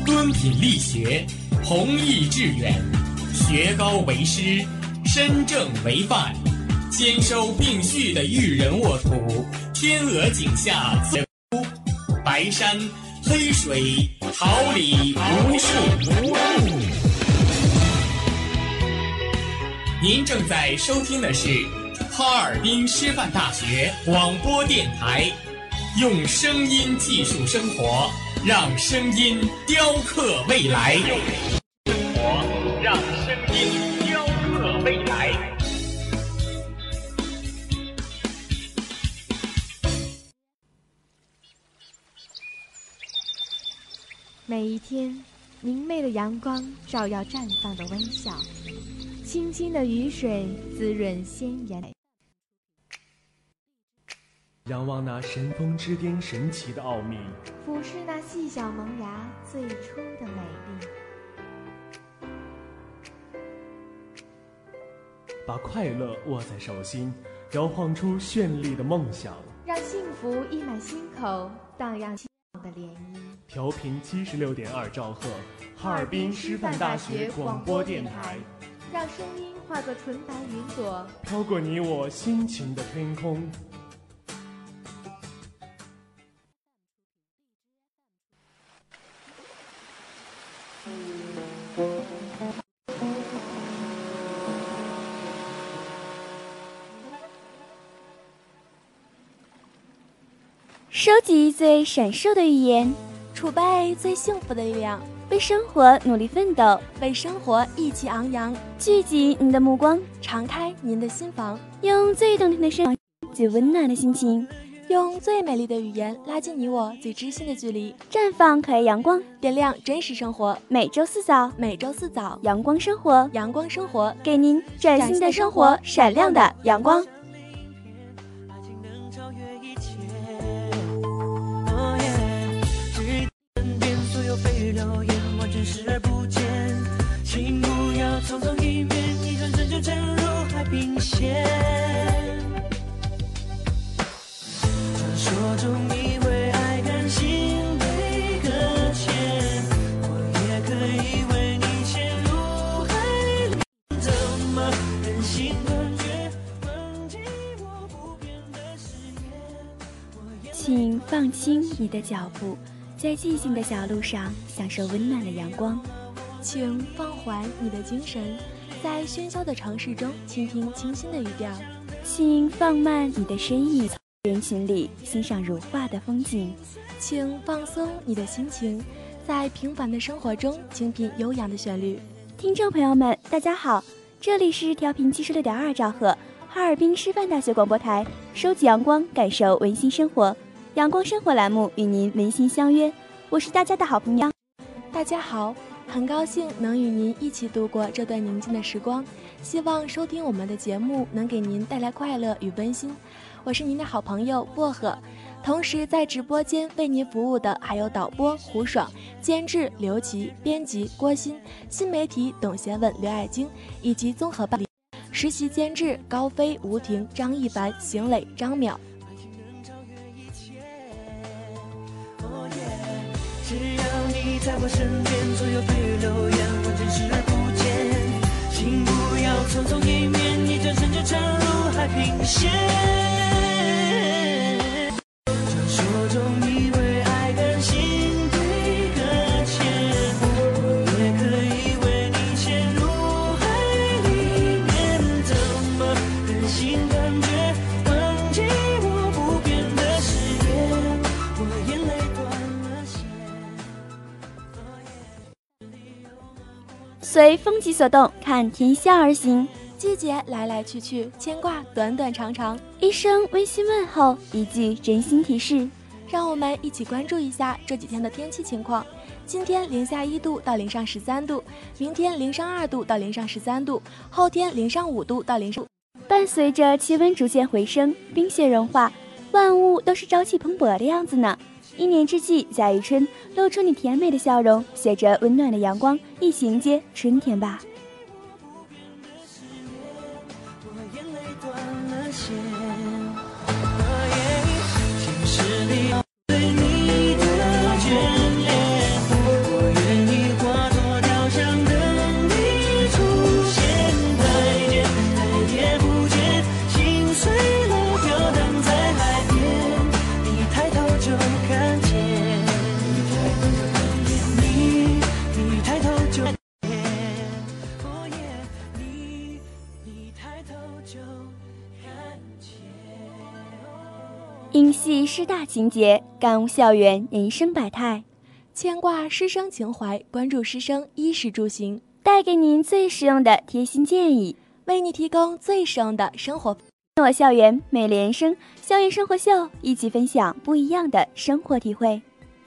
敦品力学，弘毅致远，学高为师，身正为范，兼收并蓄的育人沃土，天鹅颈下自白山黑水，桃李无数。您正在收听的是哈尔滨师范大学广播电台，用声音技术生活，让声音雕刻未来。生活，让声音雕刻未来。 每一天，明媚的阳光照耀绽放的微笑，清清的雨水滋润鲜艳。 仰望那神峰之巅神奇的奥秘， 俯视那细小萌芽最初的美丽。 把快乐握在手心，摇晃出绚丽的梦想， 让幸福溢满心口，荡漾希望的涟漪。 调频76.2兆赫，哈尔滨师范大学广播电台， 让声音化作纯白云朵， 飘过你我心情的天空。 收集最闪烁的语言， 储备最幸福的力量， 为生活努力奋斗， 为生活意气昂扬。 聚集您的目光， 敞开您的心房， 用最动听的声音，最温暖的心情， 用最美丽的语言拉近你我最知心的距离。 绽放可爱阳光， 点亮真实生活。 每周四早， 阳光生活， 给您崭新的生活，闪亮的阳光。 视而不见，请不要匆匆一面，一转身就沉入海平线。传说中你为爱甘心被搁浅，我也可以为你潜入海里，怎么忍心断绝，忘记我不变的誓言。 请放轻你的脚步，在寂静的小路上享受温暖的阳光。 请放缓你的精神，在喧嚣的城市中倾听清新的语调。 请放慢你的身影，人群里欣赏如画的风景。 请放松你的心情，在平凡的生活中倾品悠扬的旋律。 听众朋友们大家好，这里是调频76.2兆赫哈尔滨师范大学广播台，收集阳光，感受温馨生活，阳光生活栏目与您温馨相约，我是大家的好朋友。 大家好，很高兴能与您一起度过这段宁静的时光，希望收听我们的节目能给您带来快乐与温馨。我是您的好朋友薄荷，同时在直播间为您服务的还有导播胡爽、监制刘琦、编辑郭鑫、新媒体董贤文、刘爱晶以及综合办理实习监制高飞、吴婷、张一凡、邢磊、张淼。 只要你在我身边，所有蜚语流言完全视而不见，请不要匆匆一面，一转身就沉入海平线。传说中你为爱甘心被搁浅，我也可以为你潜入海里面，怎么忍心断绝，忘记我不变的誓言，我眼泪断了线。 随风起所动，看天下而行。 季节来来去去，牵挂短短长长， 一声温馨问候，一句真心提示。 让我们一起关注一下这几天的天气情况。今天零下1度到零上13度，明天零上2度到零上13度，后天零上5度到零上。 伴随着气温逐渐回升，冰雪融化，万物都是朝气蓬勃的样子呢。一年之计在于春，露出你甜美的笑容，携着温暖的阳光，一起迎接春天吧。 对你的眷恋，我愿师大情节，感悟校园人生百态， 牵挂师生情怀，关注师生衣食住行， 带给您最实用的贴心建议， 为你提供最实用的生活。 我校园美丽人生，校园生活秀，一起分享不一样的生活体会。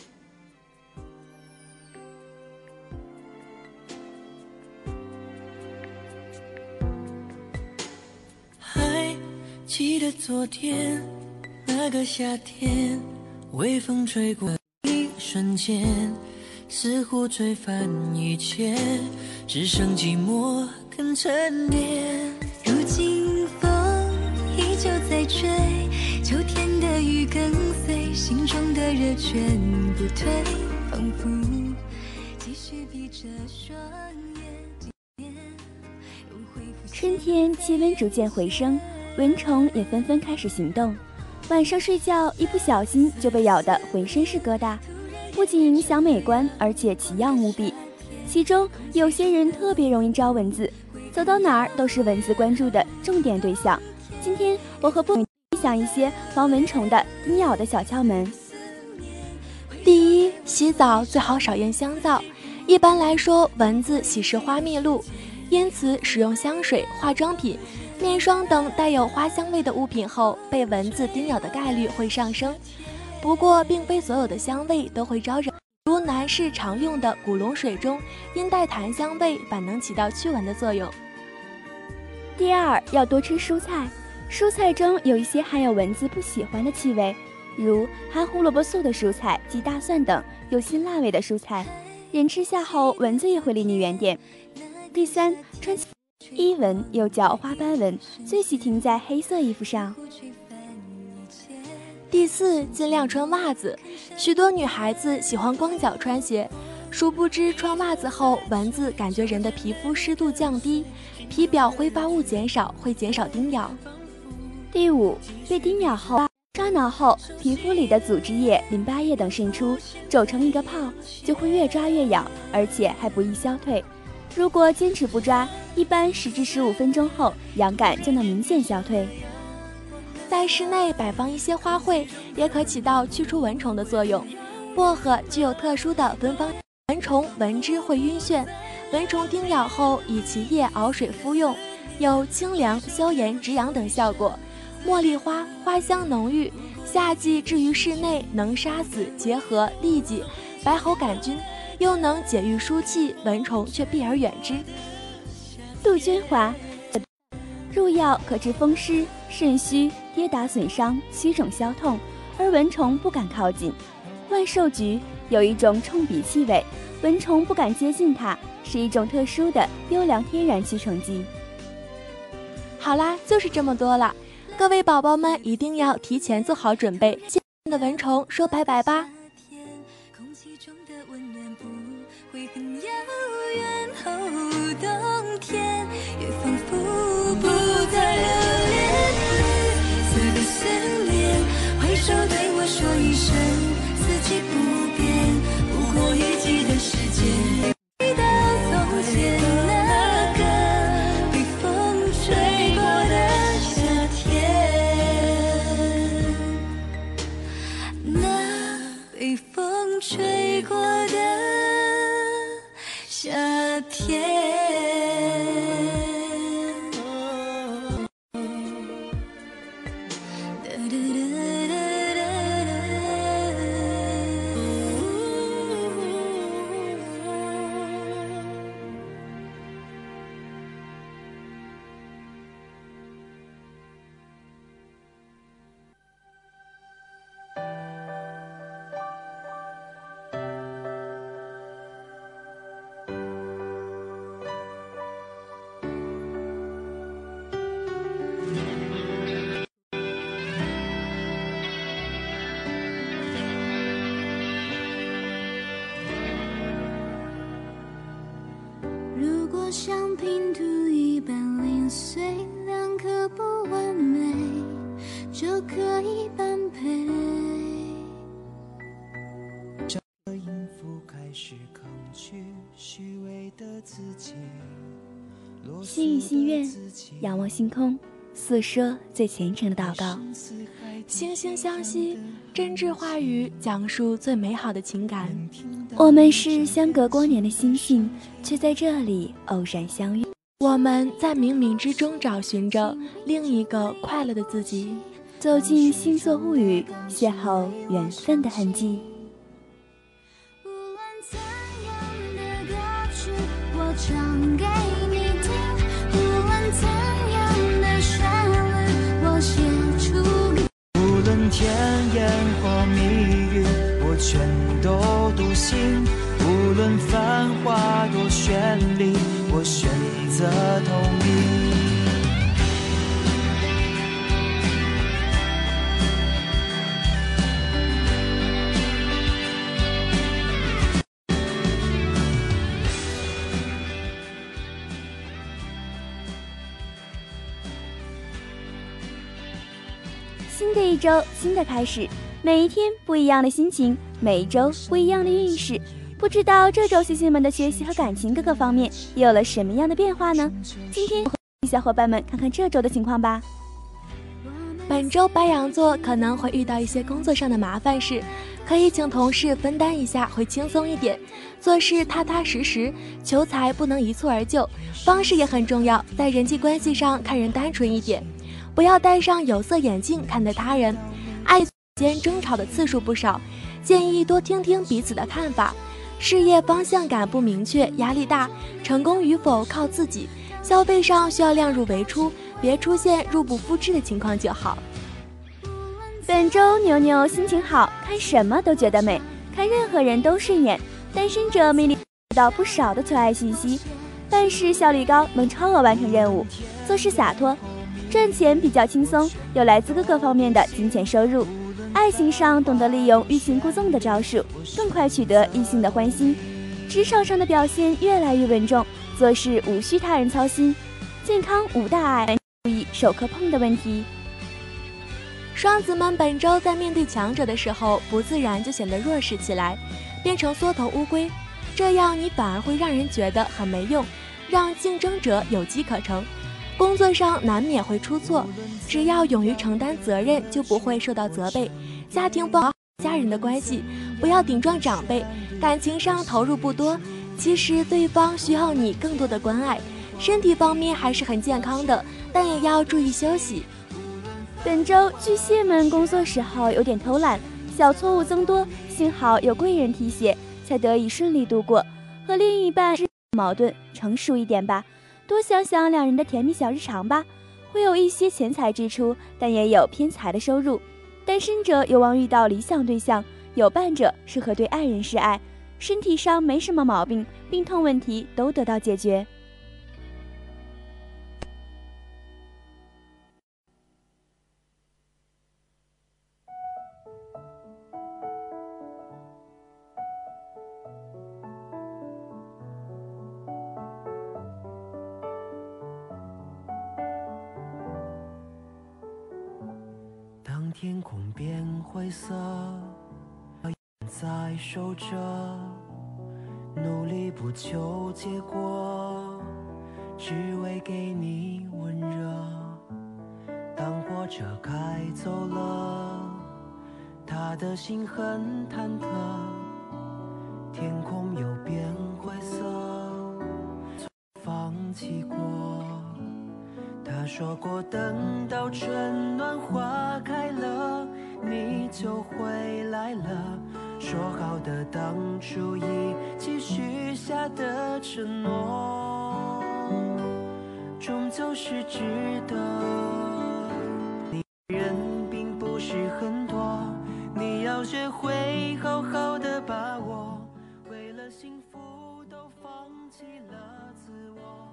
还记得昨天那个夏天，微风吹过一瞬间，似乎吹翻一切，只剩寂寞跟沉淀。 如今风依旧在吹，秋天的雨跟随，心中的热全不退，仿佛继续闭着双眼。 春天气温逐渐回升，蚊虫也纷纷开始行动。晚上睡觉一不小心就被咬得浑身是疙瘩，不仅影响美观，而且奇样无比。其中有些人特别容易招蚊子，走到哪儿都是蚊子关注的重点对象。今天我和朋友分享一些防蚊虫的叮咬的小窍门。 第一，洗澡最好少用香皂。一般来说，蚊子喜食花蜜露，因此使用香水、化妆品、面霜等带有花香味的物品后，被蚊子叮咬的概率会上升。不过，并非所有的香味都会招惹，如男士常用的古龙水中因带檀香味，反能起到驱蚊的作用。 第二，要多吃蔬菜。蔬菜中有一些含有蚊子不喜欢的气味，如含胡萝卜素的蔬菜及大蒜等有辛辣味的蔬菜，人吃下后蚊子也会离你远点。第三，穿衣蚊又叫花斑蚊，最喜停在黑色衣服上。 第四，尽量穿袜子。许多女孩子喜欢光脚穿鞋，殊不知穿袜子后，蚊子感觉人的皮肤湿度降低，皮表挥发物减少，会减少叮咬。 第五，被叮咬后抓挠后，皮肤里的组织液、淋巴液等渗出，皱成一个泡，就会越抓越痒，而且还不易消退。如果坚持不抓，一般10至15分钟后，痒感就能明显消退。 在室内摆放一些花卉，也可起到驱除蚊虫的作用。薄荷具有特殊的芬芳，蚊虫闻之会晕眩，蚊虫叮咬后以其叶熬水服用，有清凉、消炎、止痒等效果。茉莉花花香浓郁，夏季置于室内，能杀死结核、痢疾、白喉杆菌，又能解郁疏气，蚊虫却避而远之。 杜鹃花入药可治风湿、肾虚、跌打损伤、虚肿消痛，而蚊虫不敢靠近。万寿菊有一种冲鼻气味，蚊虫不敢接近它，是一种特殊的优良天然驱虫剂。 好啦，就是这么多了。各位宝宝们一定要提前做好准备，见的蚊虫说拜拜吧。 空气中的温暖不会很遥远，冬天也仿佛不再留恋，绿色的思念，挥手对我说一声，四季不变，不过雨季的时间。回到从前那个被风吹过的夏天，那被风吹过的夏天。如果像拼图一般零碎，两颗不完美就可以般配。 音符开始抗拒虚伪的自己， 心与心愿，仰望星空， 诉说最虔诚的祷告。 惺惺相惜，真挚话语讲述最美好的情感。 我们是相隔光年的星星，却在这里偶然相遇。 我们在冥冥之中找寻着另一个快乐的自己， 走进星座物语，邂逅缘分的痕迹。 无论怎样的歌曲，我唱给你听；无论怎样的旋律，我写出给。 无论甜言或蜜语，我全都笃信；无论繁华多绚丽，我选择同意。 新的一周，新的开始，每一天不一样的心情，每一周不一样的运势。不知道这周星星们的学习和感情各个方面又有了什么样的变化呢？今天小伙伴们看看这周的情况吧。 本周白羊座可能会遇到一些工作上的麻烦事，可以请同事分担一下，会轻松一点。做事踏踏实实，求财不能一蹴而就，方式也很重要，在人际关系上看人单纯一点，不要戴上有色眼镜看待他人。爱间争吵的次数不少，建议多听听彼此的看法。事业方向感不明确，压力大，成功与否靠自己。消费上需要量入为出，别出现入不敷支的情况就好。 本周牛牛心情好，看什么都觉得美，看任何人都顺眼。单身者魅力到不少的求爱信息，办事效率高，能超额完成任务，做事洒脱，赚钱比较轻松，有来自各个方面的金钱收入。爱情上懂得利用欲擒故纵的招数，更快取得异性的欢心。职场上的表现越来越稳重，做事无需他人操心。健康无大碍，注意手可碰的问题。 双子们本周在面对强者的时候，不自然就显得弱势起来，变成缩头乌龟，这样你反而会让人觉得很没用，让竞争者有机可乘。工作上难免会出错，只要勇于承担责任，就不会受到责备。家庭保好家人的关系，不要顶撞长辈。感情上投入不多，其实对方需要你更多的关爱。身体方面还是很健康的，但也要注意休息。 本周巨蟹们工作时候有点偷懒，小错误增多，幸好有贵人提携，才得以顺利度过。和另一半矛盾，成熟一点吧，多想想两人的甜蜜小日常吧。会有一些钱财支出，但也有偏财的收入。单身者有望遇到理想对象，有伴者适合对爱人示爱。身体上没什么毛病，病痛问题都得到解决。 当天空变灰色，在守着，努力不求结果，只为给你温热。当火车开走了，他的心很忐忑，天空又变灰色，从放弃过。他说过等到春暖花开了，你就回来了。说好的当初一起许下的承诺，终究是值得。你人并不是很多，你要学会好好的把握，为了幸福都放弃了自我。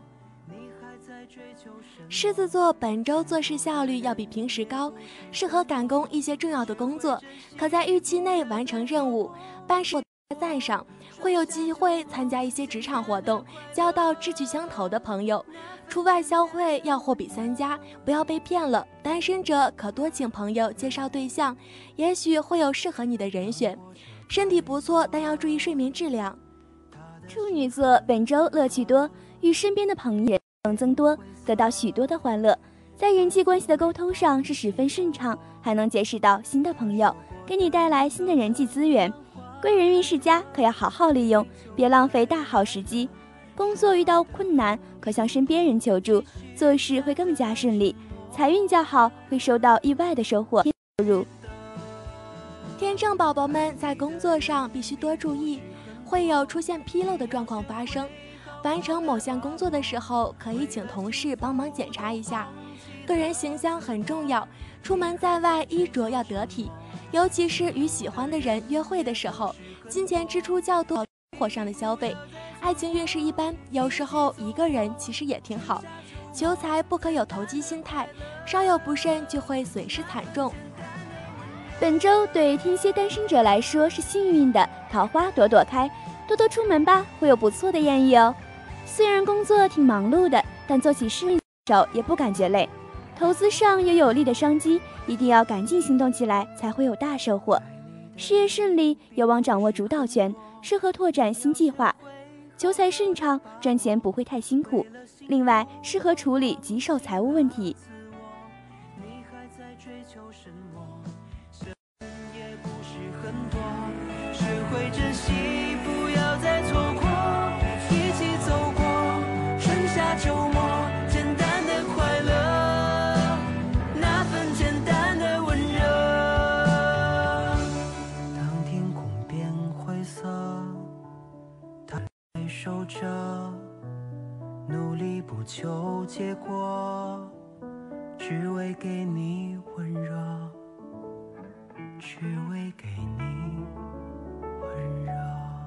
狮子座本周做事效率要比平时高，适合赶工一些重要的工作，可在预期内完成任务，办事赞赏，会有机会参加一些职场活动，交到志趣相投的朋友。出外消费要货比三家，不要被骗了。单身者可多请朋友介绍对象，也许会有适合你的人选。身体不错，但要注意睡眠质量。 处女座本周乐趣多，与身边的朋友增多，得到许多的欢乐。 在人际关系的沟通上是十分顺畅，还能结识到新的朋友，给你带来新的人际资源。贵人运势佳，可要好好利用，别浪费大好时机。工作遇到困难，可向身边人求助，做事会更加顺利。财运较好，会收到意外的收获。 天秤宝宝们在工作上必须多注意，会有出现纰漏的状况发生。完成某项工作的时候，可以请同事帮忙检查一下。个人形象很重要，出门在外衣着要得体，尤其是与喜欢的人约会的时候，金钱支出较多，生活上的消费。爱情运势一般，有时候一个人其实也挺好。求财不可有投机心态，稍有不慎就会损失惨重。 本周对天蝎单身者来说是幸运的，桃花朵朵开，多多出门吧，会有不错的艳遇哦。虽然工作挺忙碌的，但做起事手也不感觉累。投资上有利的商机，一定要赶紧行动起来，才会有大收获。事业顺利，有望掌握主导权，适合拓展新计划。求财顺畅，赚钱不会太辛苦。另外，适合处理棘手财务问题。 你还在追求什么？也不是很多，学会珍惜，不要再错过，一起走过春夏秋末，简单的快乐，那份简单的温热。当天空变灰色，他还守着，努力不求结果，只为给你温热，只为给你温热。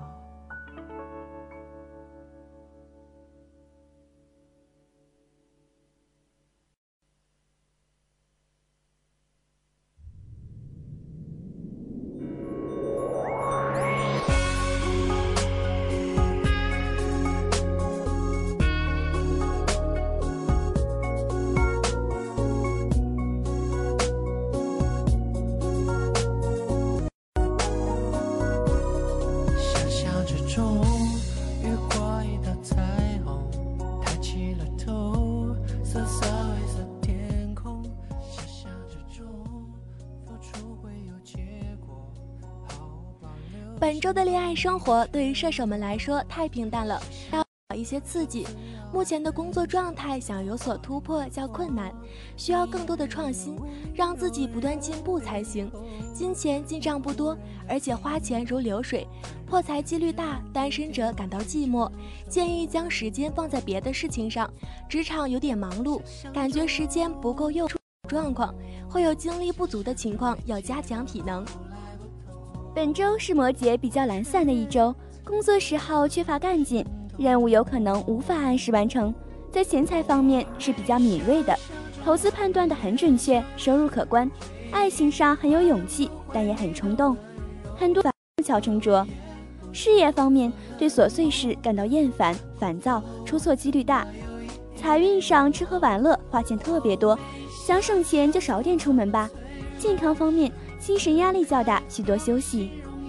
本周的恋爱生活对于射手们来说太平淡了，要找一些刺激。目前的工作状态想有所突破较困难，需要更多的创新，让自己不断进步才行。金钱进账不多，而且花钱如流水，破财几率大，单身者感到寂寞，建议将时间放在别的事情上。职场有点忙碌，感觉时间不够用，状况会有精力不足的情况，要加强体能。 本周是摩羯比较懒散的一周，工作时候缺乏干劲，任务有可能无法按时完成。在钱财方面是比较敏锐的，投资判断得很准确，收入可观。爱情上很有勇气，但也很冲动，很多弄巧成拙。事业方面对琐碎事感到厌烦、烦躁，出错几率大。财运上吃喝玩乐花钱特别多，想省钱就少点出门吧。健康方面精神压力较大，需多休息。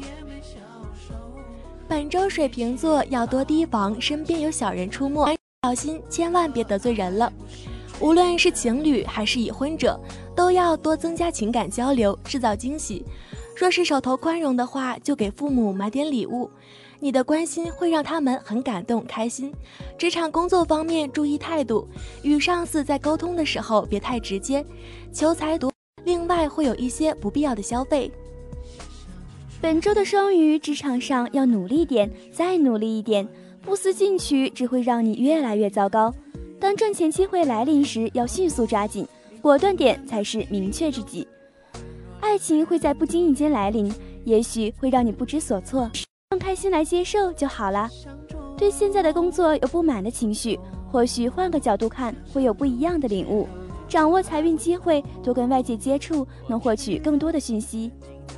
本周水瓶座要多提防身边有小人出没，小心千万别得罪人了。无论是情侣还是已婚者，都要多增加情感交流，制造惊喜。若是手头宽容的话，就给父母买点礼物，你的关心会让他们很感动开心。职场工作方面注意态度，与上司在沟通的时候别太直接。求财多，另外会有一些不必要的消费。 本周的双鱼，职场上要努力点，再努力一点，不思进取只会让你越来越糟糕。当赚钱机会来临时，要迅速抓紧，果断点才是明确之计。爱情会在不经意间来临，也许会让你不知所措，放开心来接受就好了。对现在的工作有不满的情绪，或许换个角度看，会有不一样的领悟。掌握财运机会，多跟外界接触，能获取更多的讯息。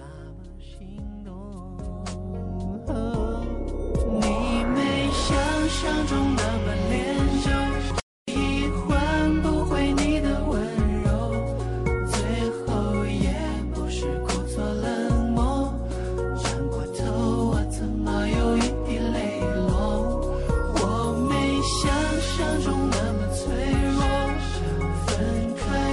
你没想象中那么恋旧，喜欢不回你的温柔，最后也不是故作冷漠，转过头我怎么有一滴泪落？我没想象中那么脆弱，分开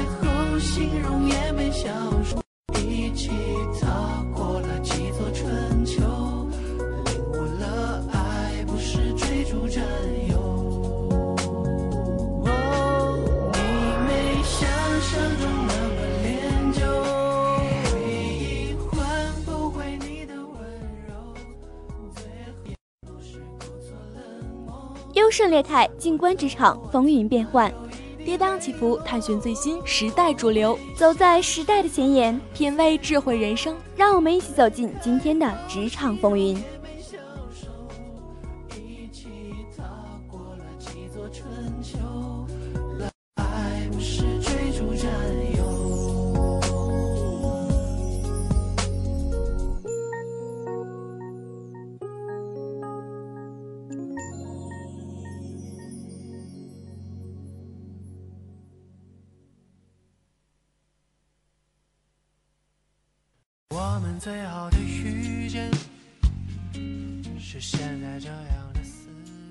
优胜劣汰，静观职场风云变幻， 跌宕起伏，探寻最新时代主流， 走在时代的前沿， 品味智慧人生。 让我们一起走进今天的职场风云。 我们最好的遇见是现在这样的4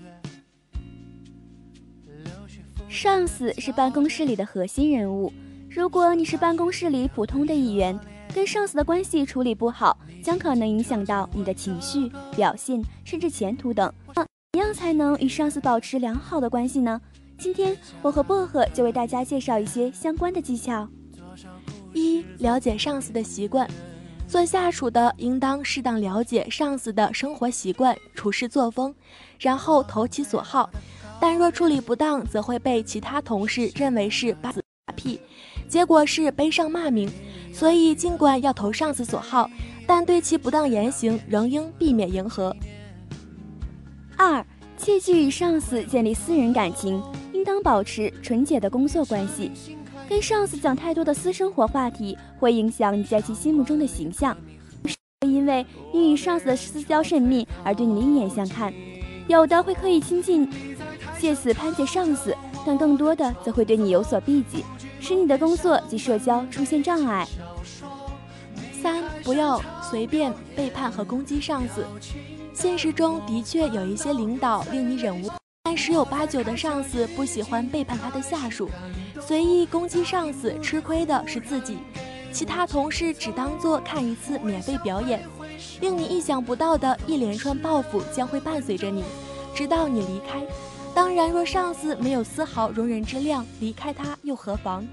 月。 上司是办公室里的核心人物，如果你是办公室里普通的一员，跟上司的关系处理不好，将可能影响到你的情绪、表现，甚至前途等。怎样才能与上司保持良好的关系呢？今天我和薄荷就为大家介绍一些相关的技巧。 1. 了解上司的习惯。做下属的应当适当了解上司的生活习惯、处事作风，然后投其所好。但若处理不当，则会被其他同事认为是把屁，结果是背上骂名。所以尽管要投上司所好，但对其不当言行仍应避免迎合。 2. 切忌与上司建立私人感情，应当保持纯洁的工作关系。跟上司讲太多的私生活话题，会影响你在其心目中的形象，因为你与上司的私交甚密而对你另眼相看。有的会刻意亲近，借此攀结上司，但更多的则会对你有所避忌，使你的工作及社交出现障碍。 3. 不要随便背叛和攻击上司。现实中的确有一些领导令你忍无，但十有八九的上司不喜欢背叛他的下属，随意攻击上司，吃亏的是自己，其他同事只当作看一次免费表演。令你意想不到的一连串报复将会伴随着你，直到你离开。当然，若上司没有丝毫容忍之量，离开他又何妨？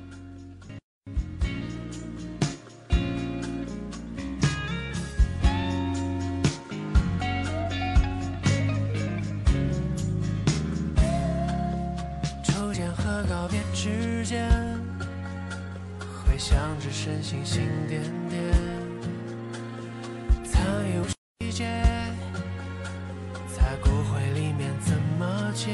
初见和告别之间，回想着身心心点点，藏有细节，在骨灰里面怎么捡？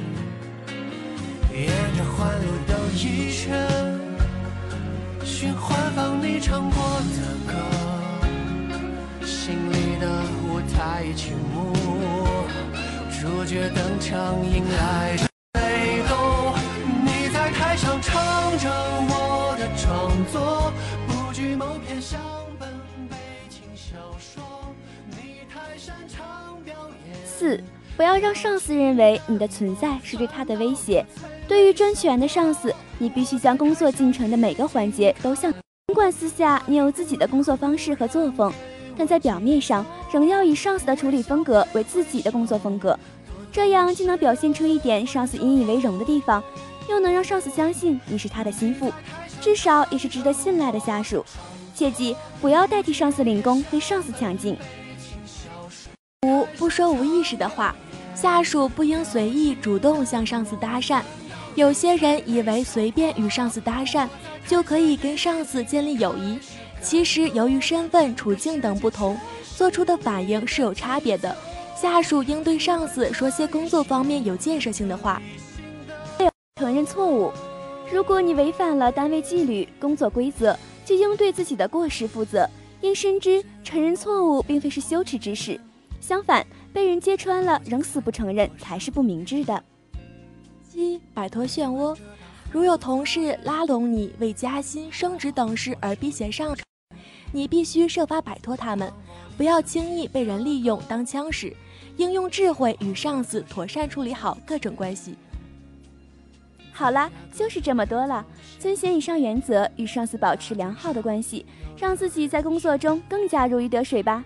沿着环路兜一圈，循环放你唱过的歌，心里的舞台曲目，主角登场迎来雷动，你在台上唱着我的创作，不惧某篇相本悲情小说，你太擅长表演。 4. 不要让上司认为你的存在是对他的威胁。对于专权的上司，你必须将工作进程的每个环节都向，尽管私下你有自己的工作方式和作风，但在表面上仍要以上司的处理风格为自己的工作风格，这样既能表现出一点上司引以为荣的地方，又能让上司相信你是他的心腹，至少也是值得信赖的下属。切记不要代替上司领功，对上司强劲。 5. 不说无意识的话。下属不应随意主动向上司搭讪，有些人以为随便与上司搭讪就可以跟上司建立友谊，其实由于身份、处境等不同，做出的反应是有差别的。下属应对上司说些工作方面有建设性的话。 承认错误，如果你违反了单位纪律、工作规则，就应对自己的过失负责，应深知承认错误并非是羞耻之事，相反，被人揭穿了仍死不承认才是不明智的。 7. 摆脱漩涡，如有同事拉拢你为加薪、升职等事而避嫌上场，你必须设法摆脱他们，不要轻易被人利用当枪使，应用智慧与上司妥善处理好各种关系。 好啦，就是这么多了。遵循以上原则，与上司保持良好的关系，让自己在工作中更加如鱼得水吧。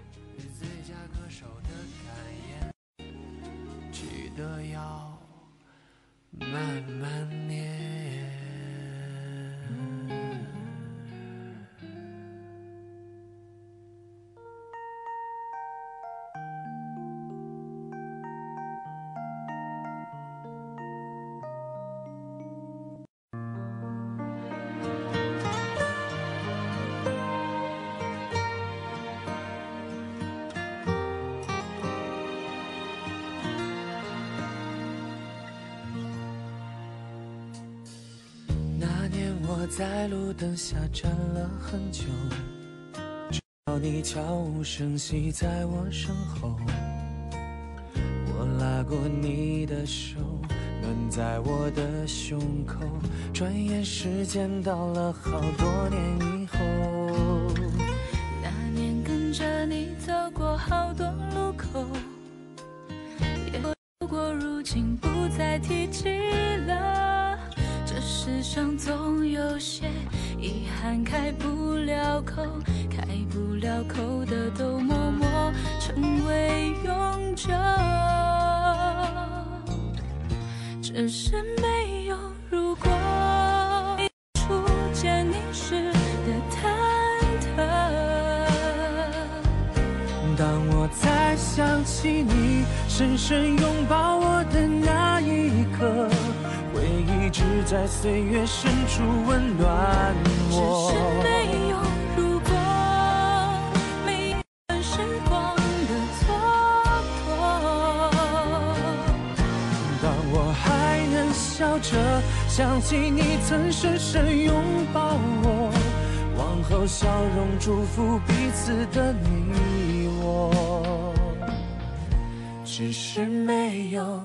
慢慢念。 我在路灯下站了很久，直到你悄无声息在我身后，我拉过你的手，暖在我的胸口，转眼时间到了好多年以后。 那年跟着你走过好多路口，也走过如今不再提起了。这世上总有些遗憾开不了口，开不了口的都默默成为永久。只是没有如果，初见你时的忐忑。 当我再想起你深深拥抱我的那一刻，回忆只在岁月深处温暖我。 只是没有如果，每一段时光的蹉跎。 当我还能笑着想起你曾深深拥抱我，往后笑容祝福彼此的你我，只是没有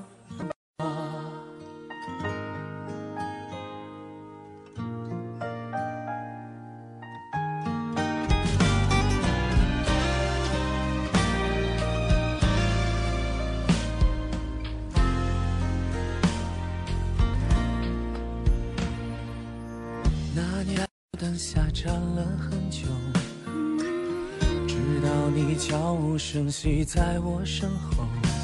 那年灯下站了很久，直到你悄无声息在我身后，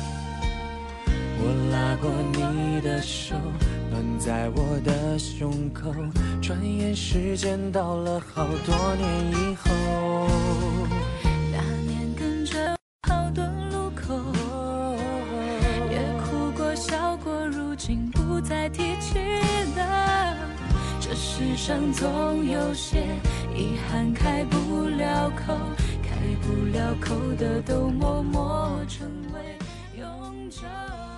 我拉过你的手，暖在我的胸口，转眼时间到了好多年以后。 那年跟着好多路口，也哭过笑过，如今不再提起了。这世上总有些遗憾开不了口，开不了口的都默默成为永久。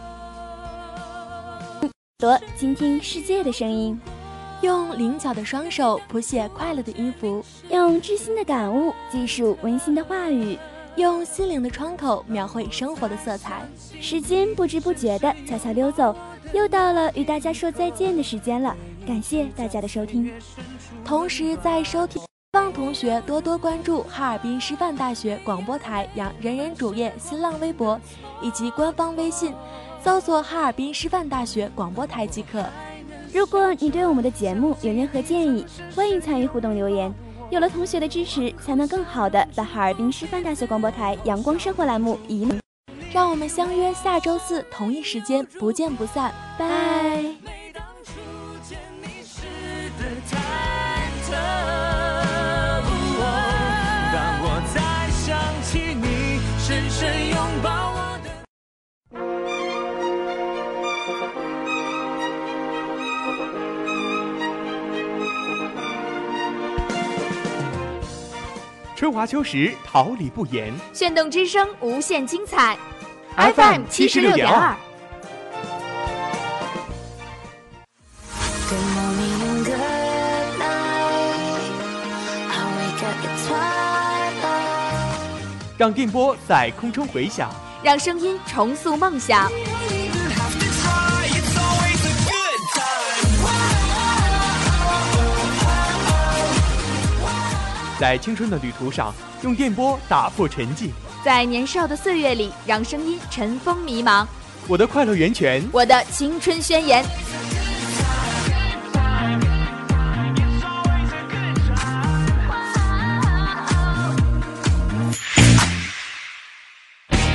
倾听世界的声音， 用棱角的双手谱写快乐的音符， 用知心的感悟记述温馨的话语， 用心灵的窗口描绘生活的色彩。 时间不知不觉的悄悄溜走，又到了与大家说再见的时间了。感谢大家的收听。 同时在收听，希望同学多多关注哈尔滨师范大学广播台人人主页新浪微博以及官方微信，搜索哈尔滨师范大学广播台即可。 如果你对我们的节目有任何建议，欢迎参与互动留言。有了同学的支持，才能更好的把哈尔滨师范大学广播台阳光生活栏目一路。 让我们相约下周四同一时间，不见不散，拜。 当我再想起你深深拥抱我的春华秋实，桃李不言， 炫动之声，无限精彩。 FM 76.2。让电波在空中回响， 让声音重塑梦想。 在青春的旅途上，用电波打破沉寂； 在年少的岁月里，让声音尘封迷茫。 我的快乐源泉， 我的青春宣言。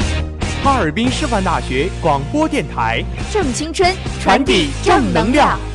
哈尔滨师范大学广播电台， 正青春， 传递正能量。